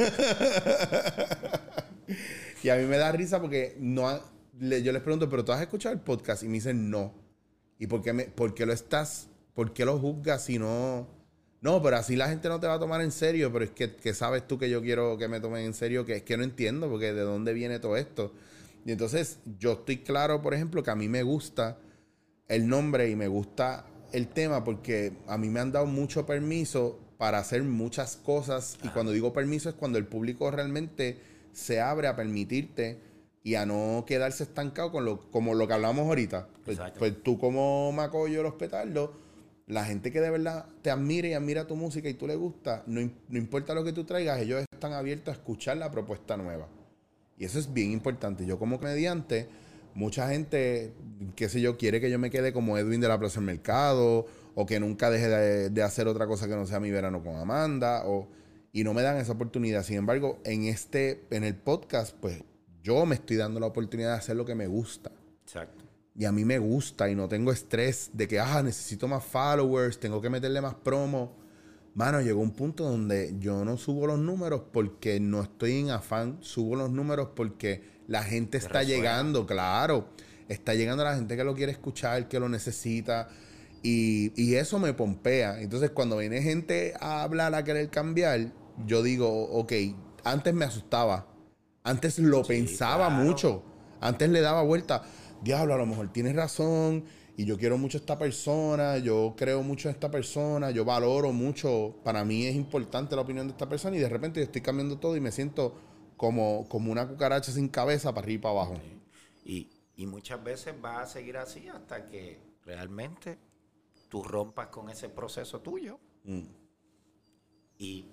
Y a mí me da risa porque no ha- le- yo les pregunto, ¿pero tú has escuchado el podcast? Y me dicen no. ¿Y por qué, me, por qué lo estás, por qué lo juzgas si no? No, pero así la gente no te va a tomar en serio, pero es que, que sabes tú que yo quiero que me tomen en serio, que es que no entiendo, porque de dónde viene todo esto. Y entonces yo estoy claro, por ejemplo, que a mí me gusta el nombre y me gusta el tema porque a mí me han dado mucho permiso para hacer muchas cosas. Y cuando digo permiso es cuando el público realmente se abre a permitirte y a no quedarse estancado con lo, como lo que hablamos ahorita. Pues, Exacto. pues tú como Macoyo Los Petardos, la gente que de verdad te admira y admira tu música y tú le gusta, no, im- no importa lo que tú traigas, ellos están abiertos a escuchar la propuesta nueva. Y eso es bien importante. Yo como comediante, mucha gente, qué sé yo, quiere que yo me quede como Edwin de la Plaza del Mercado, o que nunca deje de, de hacer otra cosa que no sea Mi Verano con Amanda, o, y no me dan esa oportunidad. Sin embargo, en este, en el podcast, pues yo me estoy dando la oportunidad de hacer lo que me gusta. Exacto. Y a mí me gusta y no tengo estrés de que, ah, necesito más followers, tengo que meterle más promo. Mano, llegó un punto donde yo no subo los números porque no estoy en afán, subo los números porque la gente Te está resuena. llegando, claro. Está llegando la gente que lo quiere escuchar, que lo necesita. Y, y eso me pompea. Entonces, cuando viene gente a hablar, a querer cambiar, yo digo, ok, antes me asustaba. Antes lo Sí, pensaba claro. mucho. Antes le daba vuelta. Diablo, a lo mejor tienes razón. Y yo quiero mucho a esta persona. Yo creo mucho en esta persona. Yo valoro mucho. Para mí es importante la opinión de esta persona. Y de repente yo estoy cambiando todo y me siento como, como una cucaracha sin cabeza para arriba y para abajo. Sí. Y, y muchas veces va a seguir así hasta que realmente tú rompas con ese proceso tuyo Mm. y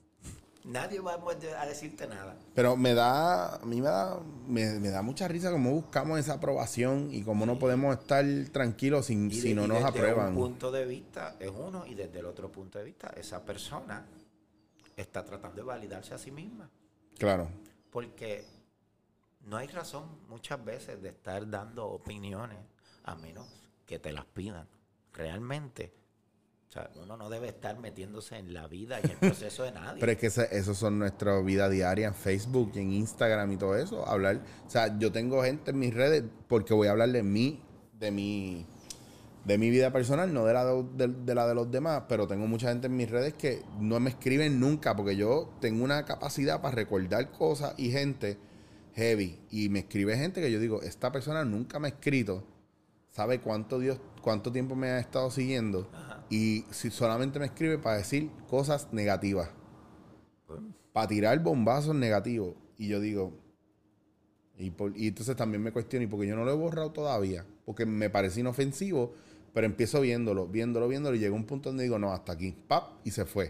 nadie va a poder a decirte nada. Pero me da, a mí me da, me, me da mucha risa cómo buscamos esa aprobación y cómo no podemos estar tranquilos sin, Y, si de- no y nos desde aprueban. un punto de vista es uno y desde el otro punto de vista esa persona está tratando de validarse a sí misma. Claro. Porque no hay razón muchas veces de estar dando opiniones a menos que te las pidan. Realmente, o sea, uno no debe estar metiéndose en la vida y en el proceso de nadie. Pero es que ese- eso son nuestra vida diaria en Facebook y en Instagram y todo eso. Hablar, o sea, yo tengo gente en mis redes porque voy a hablar de mí, de mi, de mi vida personal, no de la de, de- de la de los demás, pero tengo mucha gente en mis redes que no me escriben nunca porque yo tengo una capacidad para recordar cosas y gente heavy. Y me escribe gente que yo digo, esta persona nunca me ha escrito, sabe cuánto Dios, cuánto tiempo me ha estado siguiendo. Ajá. Y si solamente me escribe para decir cosas negativas, Pues, para tirar bombazos negativos. Y yo digo, y, por- y entonces también me cuestiono, ¿y porque yo no lo he borrado todavía? Porque me parece inofensivo, pero empiezo viéndolo, viéndolo, viéndolo, y llega un punto donde digo, no, hasta aquí, pap, y se fue.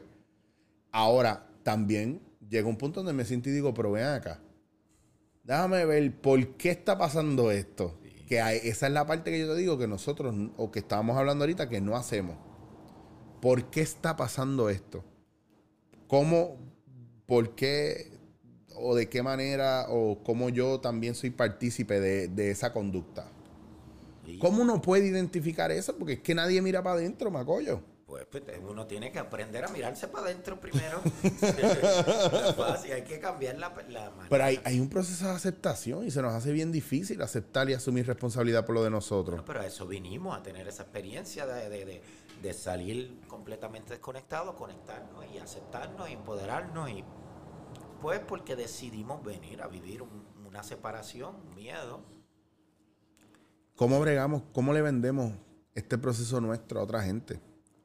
Ahora, también llega un punto donde me siento y digo, pero ven acá, déjame ver por qué está pasando esto. Que hay- esa es la parte que yo te digo que nosotros, o que estábamos hablando ahorita, que no hacemos. ¿Por qué está pasando esto? ¿Cómo, por qué, o de qué manera, o cómo yo también soy partícipe de, de esa conducta? y, ¿Cómo uno puede identificar eso? Porque es que nadie mira para adentro, macollo. pues, pues, uno tiene que aprender a mirarse para adentro primero. No es fácil, hay que cambiar la, la manera. Pero hay, hay un proceso de aceptación y se nos hace bien difícil aceptar y asumir responsabilidad por lo de nosotros. Bueno, pero a eso vinimos, a tener esa experiencia de, de, de, de salir completamente desconectados, conectarnos y aceptarnos y empoderarnos. Y pues porque decidimos venir a vivir un- una separación, un miedo. ¿Cómo bregamos, cómo le vendemos este proceso nuestro a otra gente?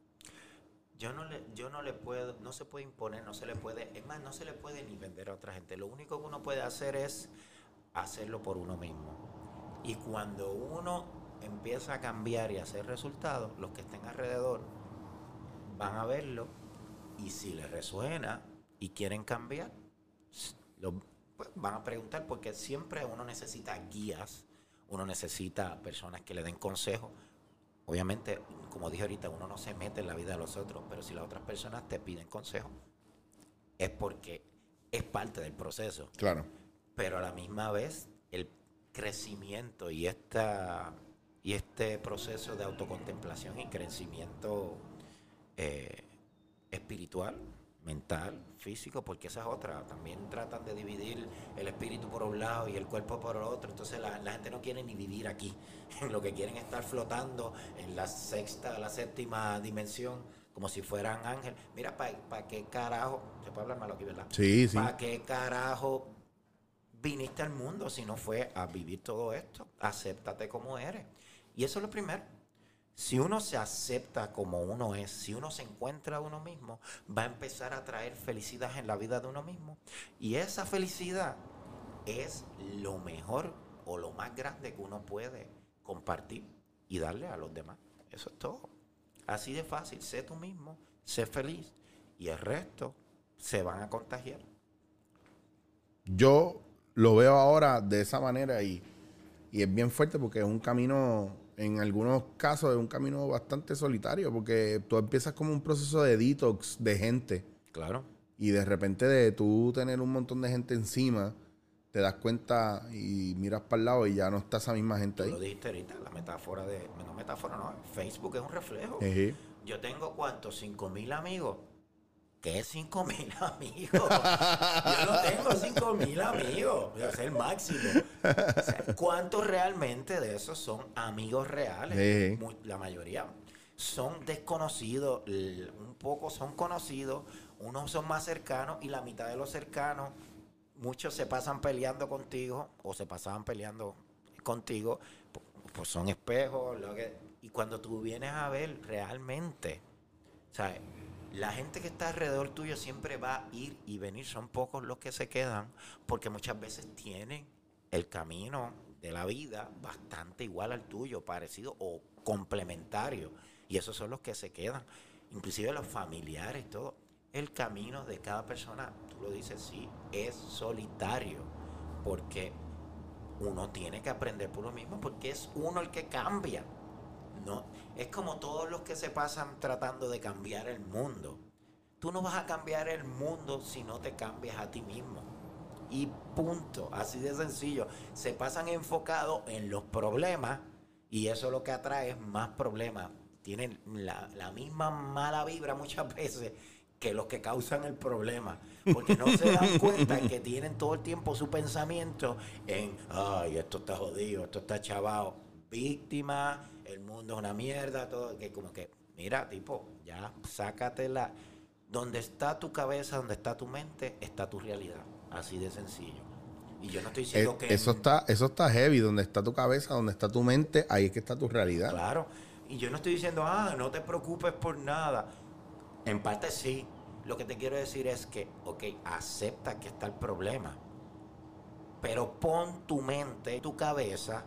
Yo no le, yo no le puedo, no se puede imponer, no se le puede, es más, no se le puede ni vender a otra gente. Lo único que uno puede hacer es hacerlo por uno mismo. Y cuando uno empieza a cambiar y a hacer resultados, los que estén alrededor van a verlo y si les resuena y quieren cambiar, lo, pues, van a preguntar porque siempre uno necesita guías, uno necesita personas que le den consejos. Obviamente, como dije ahorita, uno no se mete en la vida de los otros, pero si las otras personas te piden consejo, es porque es parte del proceso. Claro. Pero a la misma vez el crecimiento y esta y este proceso de autocontemplación y crecimiento eh, espiritual, mental, físico, porque esa es otra. También tratan de dividir el espíritu por un lado y el cuerpo por el otro. Entonces la, la gente no quiere ni vivir aquí. Lo que quieren es estar flotando en la sexta, la séptima dimensión, como si fueran ángeles. Mira, ¿para pa qué carajo? Se puede hablar malo aquí, ¿verdad? Sí, sí. ¿Para qué carajo viniste al mundo si no fue a vivir todo esto? Acéptate como eres. Y eso es lo primero. Si uno se acepta como uno es, si uno se encuentra a uno mismo, va a empezar a traer felicidad en la vida de uno mismo. Y esa felicidad es lo mejor o lo más grande que uno puede compartir y darle a los demás. Eso es todo. Así de fácil. Sé tú mismo, sé feliz y el resto se van a contagiar. Yo lo veo ahora de esa manera y, y es bien fuerte porque es un camino... En algunos casos es un camino bastante solitario porque tú empiezas como un proceso de detox de gente. Claro. Y de repente de tú tener un montón de gente encima, te das cuenta y miras para el lado y ya no está esa misma gente Tú ahí. lo dijiste ahorita, la metáfora de... No metáfora, no. Facebook es un reflejo. Ejí. Yo tengo, ¿cuántos? ¿Cinco mil amigos? ¿Qué es cinco mil amigos? Yo no tengo cinco mil amigos. Es el máximo. O sea, ¿cuántos realmente de esos son amigos reales? Sí. Muy, la mayoría son desconocidos, un poco son conocidos, unos son más cercanos y la mitad de los cercanos, muchos se pasan peleando contigo o se pasaban peleando contigo, pues son espejos. Lo que, y cuando tú vienes a ver realmente, ¿sabes? La gente que está alrededor tuyo siempre va a ir y venir. Son pocos los que se quedan porque muchas veces tienen el camino de la vida bastante igual al tuyo, parecido o complementario. Y esos son los que se quedan. Inclusive los familiares, todo. El camino de cada persona, tú lo dices, sí, es solitario. Porque uno tiene que aprender por lo mismo porque es uno el que cambia. No, es como todos los que se pasan tratando de cambiar el mundo. Tú no vas a cambiar el mundo si no te cambias a ti mismo. Y punto, así de sencillo. Se pasan enfocados en los problemas y eso lo que atrae es más problemas. Tienen la, la misma mala vibra muchas veces que los que causan el problema. Porque no se dan cuenta que tienen todo el tiempo su pensamiento en, ay, esto está jodido, esto está chavado, víctima, el mundo es una mierda, todo, que como que, mira, tipo, ya, sácatela. Donde está tu cabeza, donde está tu mente, está tu realidad. Así de sencillo. Y yo no estoy diciendo eh, que... Eso está, eso está heavy. Donde está tu cabeza, donde está tu mente, ahí es que está tu realidad. Claro. Y yo no estoy diciendo, ah, no te preocupes por nada. En parte sí. Lo que te quiero decir es que, ok, acepta que está el problema. Pero pon tu mente, tu cabeza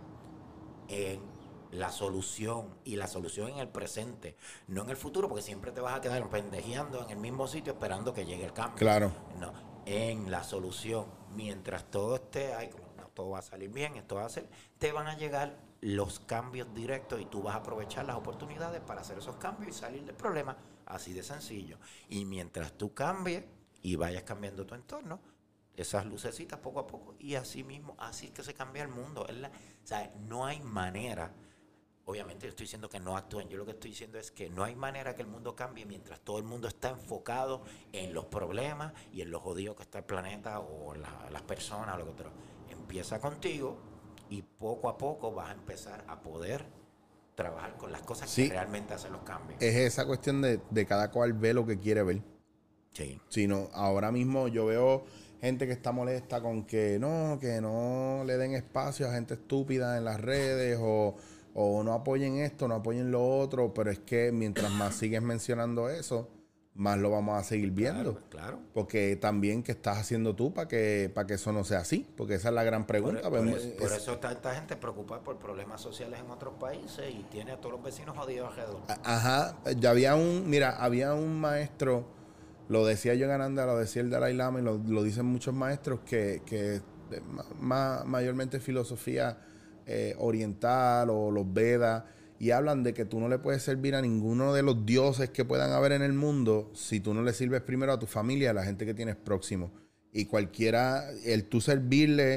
en la solución, y la solución en el presente, no en el futuro, porque siempre te vas a quedar pendejeando en el mismo sitio esperando que llegue el cambio. Claro. No, en la solución, mientras todo esté ahí, como no, todo va a salir bien, esto va a ser, te van a llegar los cambios directos y tú vas a aprovechar las oportunidades para hacer esos cambios y salir del problema, así de sencillo. Y mientras tú cambies y vayas cambiando tu entorno, esas lucecitas poco a poco, y así mismo, así es que se cambia el mundo. Es la, o sea, no hay manera. Obviamente yo estoy diciendo que no actúen, yo lo que estoy diciendo es que no hay manera que el mundo cambie mientras todo el mundo está enfocado en los problemas y en lo jodido que está el planeta o la, las personas o lo que otro. Empieza contigo y poco a poco vas a empezar a poder trabajar con las cosas Sí. que realmente hacen los cambios. Es esa cuestión de, de cada cual ve lo que quiere ver. Sí. Si no, ahora mismo yo veo gente que está molesta con que no, que no le den espacio a gente estúpida en las redes o... o no apoyen esto, no apoyen lo otro, pero es que mientras más sigues mencionando eso, más lo vamos a seguir viendo. Claro, claro. Porque también, ¿qué estás haciendo tú para que, para que eso no sea así? Porque esa es la gran pregunta. Por, por, Pues, eso, es, por eso está esta gente preocupada por problemas sociales en otros países y tiene a todos los vecinos jodidos alrededor. Ajá, ya había un, mira, había un maestro, lo decía yo Gananda, lo decía el Dalai Lama y lo, lo dicen muchos maestros que, que ma, mayormente filosofía Eh, oriental o los Vedas, y hablan de que tú no le puedes servir a ninguno de los dioses que puedan haber en el mundo si tú no le sirves primero a tu familia, a la gente que tienes próximo. Y cualquiera, el tú servirle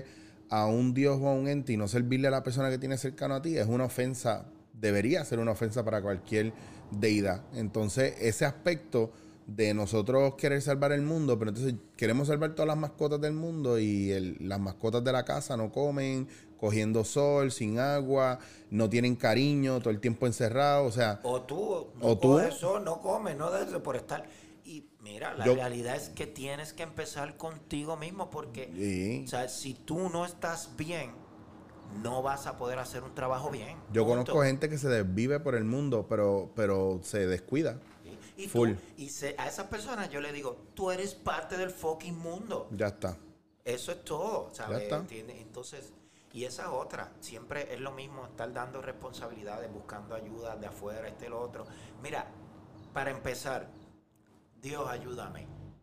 a un Dios o a un ente y no servirle a la persona que tienes cercano a ti es una ofensa, debería ser una ofensa para cualquier deidad. Entonces, ese aspecto de nosotros querer salvar el mundo, pero entonces queremos salvar todas las mascotas del mundo y el, las mascotas de la casa no comen, cogiendo sol, sin agua, no tienen cariño, todo el tiempo encerrado, o sea... O tú, no o tú, coges sol, no comes, no de eso por estar... Y mira, la yo, realidad es que tienes que empezar contigo mismo porque, sí. o sea, si tú no estás bien, no vas a poder hacer un trabajo bien. Yo punto. conozco gente que se desvive por el mundo, pero, pero se descuida. Y, Full. tú, y se, a esas personas yo le digo, tú eres parte del fucking mundo. Ya está. Eso es todo, ¿sabes? Ya está. ¿Entiendes? Entonces, y esa otra, siempre es lo mismo, estar dando responsabilidades, buscando ayuda de afuera, este y lo otro. Mira, para empezar, Dios ayúdame.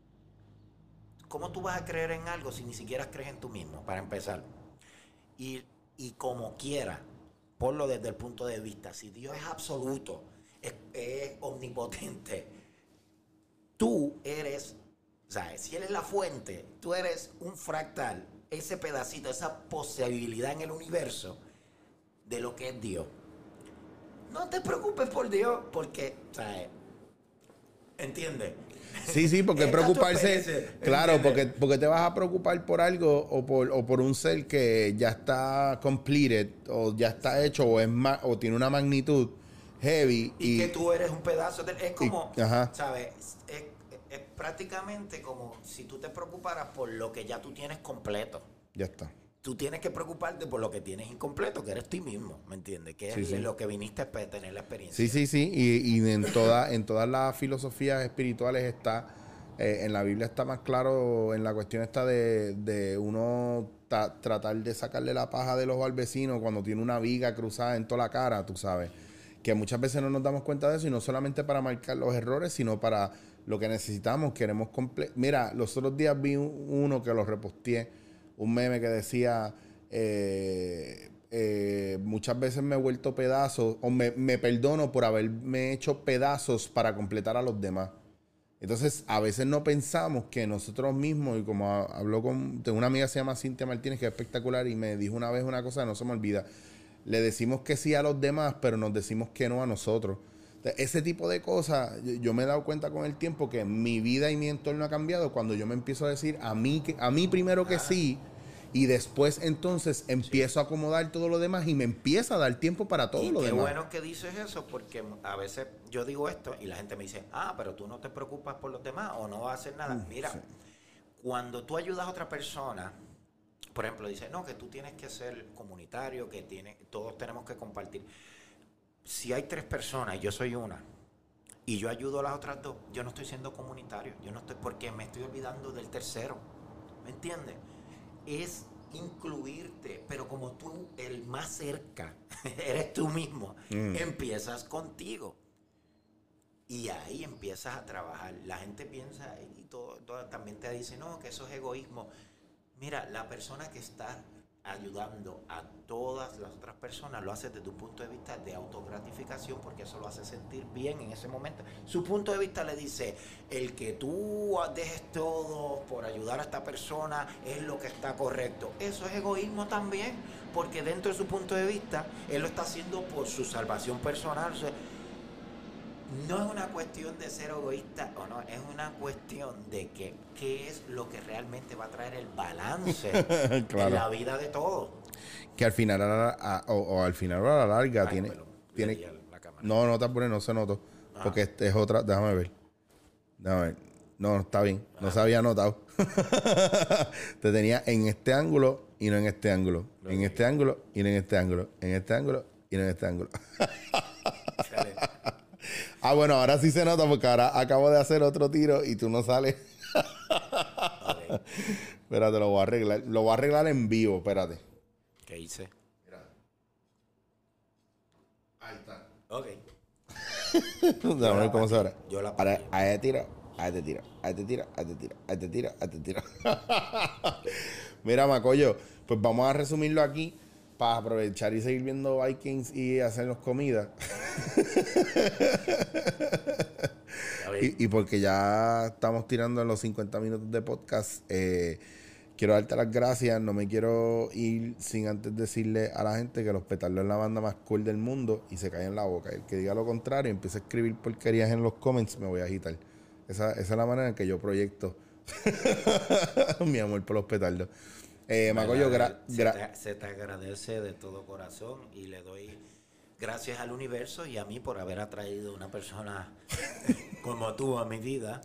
¿Cómo tú vas a creer en algo si ni siquiera crees en tú mismo? Para empezar. Y, y como quiera, ponlo desde el punto de vista, si Dios es absoluto, es, es omnipotente, tú eres, o sea, si Él es la fuente, tú eres un fractal, ese pedacito, esa posibilidad en el universo de lo que es Dios. No te preocupes por Dios, porque, o sea, ¿entiendes? Sí, sí, porque preocuparse, claro, porque, porque te vas a preocupar por algo o por, o por un ser que ya está completed o ya está hecho o es ma, o tiene una magnitud heavy. Y, y que tú eres un pedazo de... Es como, y, ajá. ¿sabes? Es, es, es prácticamente como si tú te preocuparas por lo que ya tú tienes completo. Ya está. Tú tienes que preocuparte por lo que tienes incompleto, que eres tú mismo, ¿me entiendes? Que es Sí, sí. lo que viniste a tener la experiencia. Sí, sí, sí. Y, y en, toda, en todas las filosofías espirituales está, eh, en la Biblia está más claro en la cuestión esta de, de uno ta, tratar de sacarle la paja del ojo al vecino cuando tiene una viga cruzada en toda la cara, tú sabes. Que muchas veces no nos damos cuenta de eso y no solamente para marcar los errores, sino para lo que necesitamos. Queremos comple Mira, los otros días vi un, uno que lo reposteé, un meme que decía, eh, eh, muchas veces me he vuelto pedazos, o me, me perdono por haberme hecho pedazos para completar a los demás. Entonces, a veces no pensamos que nosotros mismos, y como ha, habló con, tengo una amiga que se llama Cintia Martínez, que es espectacular, y me dijo una vez una cosa que no se me olvida. Le decimos que sí a los demás, pero nos decimos que no a nosotros. Entonces, ese tipo de cosas, yo, yo me he dado cuenta con el tiempo que mi vida y mi entorno ha cambiado cuando yo me empiezo a decir a mí, que, a mí primero que sí, y después entonces empiezo sí. a acomodar todo lo demás y me empieza a dar tiempo para todo y lo qué demás. Qué bueno que dices eso, porque a veces yo digo esto y la gente me dice, ah, pero tú no te preocupas por los demás o no vas a hacer nada. Mm, Mira, sí. cuando tú ayudas a otra persona, por ejemplo, dice, no, que tú tienes que ser comunitario, que tiene, todos tenemos que compartir. Si hay tres personas y yo soy una, y yo ayudo a las otras dos, yo no estoy siendo comunitario, yo no estoy, porque me estoy olvidando del tercero, ¿me entiendes? Es incluirte, pero como tú, el más cerca, eres tú mismo, mm. empiezas contigo. Y ahí empiezas a trabajar. La gente piensa, y todo, todo, también te dice, no, que eso es egoísmo. Mira, la persona que está ayudando a todas las otras personas lo hace desde un punto de vista de autogratificación, porque eso lo hace sentir bien en ese momento. Su punto de vista le dice, el que tú dejes todo por ayudar a esta persona es lo que está correcto. Eso es egoísmo también, porque dentro de su punto de vista él lo está haciendo por su salvación personal. O sea, no es una cuestión de ser egoísta o no, es una cuestión de que qué es lo que realmente va a traer el balance claro. en la vida de todos. Que al final a, a, o, o al final o a la larga Ay, tiene, pero, tiene la no, no te apures, no se notó, ah. porque este es otra, déjame ver. Déjame ver. No, está bien, ah. no se había notado. Te tenía en este ángulo y no en este ángulo, lo en este ángulo y no en este ángulo, en este ángulo y no en este ángulo. Ah, bueno, ahora sí se nota porque ahora acabo de hacer otro tiro y tú no sales. Okay. Espérate, lo voy a arreglar. Lo voy a arreglar en vivo, espérate. ¿Qué hice? Mira. Ahí está. Ok. Déjame ver cómo se verá. Yo la Ahora, ahí te tiro, ahí te tiro, ahí te tiro, ahí te tiro, ahí te tiro, ahí te tiro. Mira, Macoyo, pues vamos a resumirlo aquí para aprovechar y seguir viendo Vikings y hacernos comida. y, y porque ya estamos tirando en los cincuenta minutos de podcast, eh, quiero darte las gracias. No me quiero ir sin antes decirle a la gente que Los Petardos es la banda más cool del mundo y se cae en la boca. El que diga lo contrario, empieza a escribir porquerías en los comments, me voy a agitar. Esa, esa es la manera en que yo proyecto mi amor por Los Petardos. Eh, Macoyo, gra se, gra te, se te agradece de todo corazón y le doy gracias al universo y a mí por haber atraído una persona como tú a mi vida,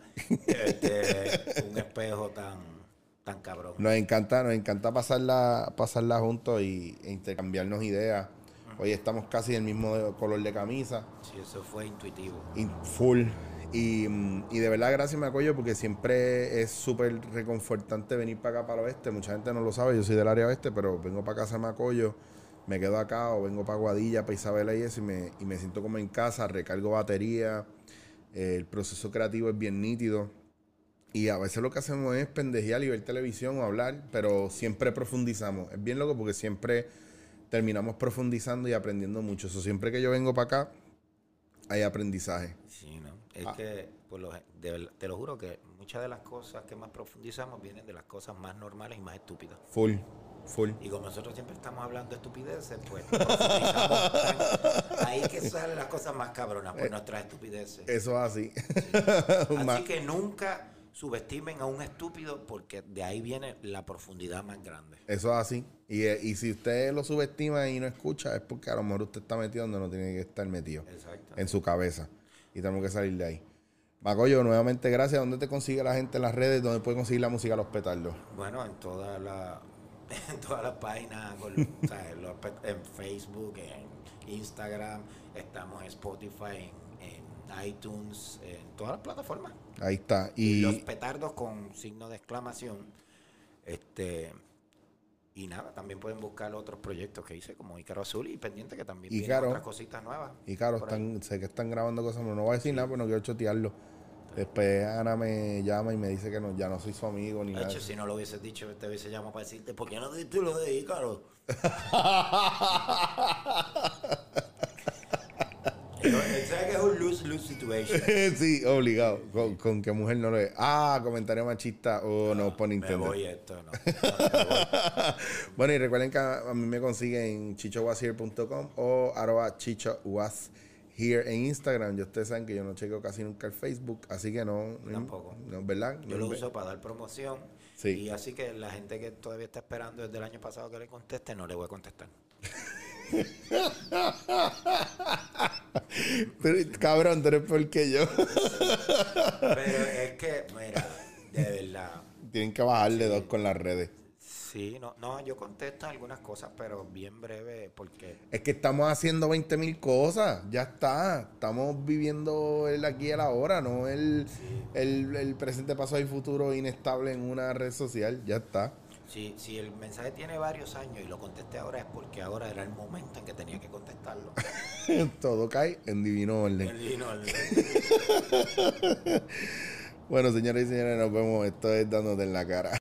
este, un espejo tan, tan cabrón. Nos encanta, nos encanta pasarla, pasarla juntos y, e intercambiarnos ideas. Uh-huh. Hoy estamos casi del mismo color de camisa. Sí, eso fue intuitivo. In, full. Y, y de verdad, gracias, Macoyo, porque siempre es súper reconfortante venir para acá, para el oeste. Mucha gente no lo sabe, yo soy del área oeste, pero vengo para casa de Macoyo, me quedo acá o vengo para Guadilla, para Isabela y eso, y me, y me siento como en casa, recargo batería. Eh, el proceso creativo es bien nítido. Y a veces lo que hacemos es pendejear y ver televisión o hablar, pero siempre profundizamos. Es bien loco porque siempre terminamos profundizando y aprendiendo mucho. Eso, siempre que yo vengo para acá, hay aprendizaje. Sí, ¿no? Es ah. que, por lo, de, te lo juro que muchas de las cosas que más profundizamos vienen de las cosas más normales y más estúpidas. Full, full. Y como nosotros siempre estamos hablando de estupideces, pues profundizamos tan, ahí que salen las cosas más cabronas por eh, nuestras estupideces. Eso es así. Sí. Así que nunca subestimen a un estúpido porque de ahí viene la profundidad más grande. Eso es así. Y, y si usted lo subestima y no escucha, es porque a lo mejor usted está metido donde no tiene que estar metido. Exacto. En su cabeza. Y tenemos que salir de ahí. Macoyo, nuevamente gracias. ¿Dónde te consigue la gente en las redes? ¿Dónde puede conseguir la música Los Petardos? Bueno, en todas las en todas las páginas, con, o sea, en, los, en Facebook, en Instagram, estamos en Spotify, en, en iTunes, en todas las plataformas. Ahí está. Y Los Petardos con signo de exclamación. Este y nada, también pueden buscar otros proyectos que hice como Ícaro Azul y pendiente que también Ícaro, vienen otras cositas nuevas. Y claro, están, sé que están grabando cosas, pero no voy a decir sí. nada, pero no quiero chotearlo. Después Ana me llama y me dice que no, ya no soy su amigo ni Hecho, nada. Si no lo hubieses dicho, te hubiese llamado para decirte, ¿por qué no dijiste lo de Ícaro? ¿Sabes que es un lose-lose situation? Sí, obligado. Con, con que mujer no lo es. Ah, comentario machista o oh, no, no por Nintendo. Me voy esto, no. no me voy. Bueno, y recuerden que a, a mí me consiguen en chicho was here punto com o arroba chicho was here en Instagram. Y ustedes saben que yo no chequeo casi nunca el Facebook, así que no. Tampoco. No, ¿verdad? Yo no, lo uso para dar promoción. Sí. Y así que la gente que todavía está esperando desde el año pasado que le conteste, no le voy a contestar. Pero, cabrón, tú eres peor que yo. Pero es que, mira, de verdad. Tienen que bajarle sí. dos con las redes. Sí, no, no, yo contesto algunas cosas, pero bien breve, porque... Es que estamos haciendo veinte mil cosas, ya está. Estamos viviendo el aquí y el ahora, no el, sí. el, el presente, pasado y futuro inestable en una red social, ya está. Si, si el mensaje tiene varios años y lo contesté ahora es porque ahora era el momento en que tenía que contestarlo. Todo cae en divino orden. En divino orden. Bueno, señores y señores, nos vemos. Esto es Dándote en la Cara.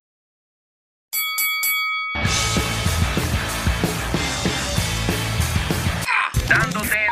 Dándote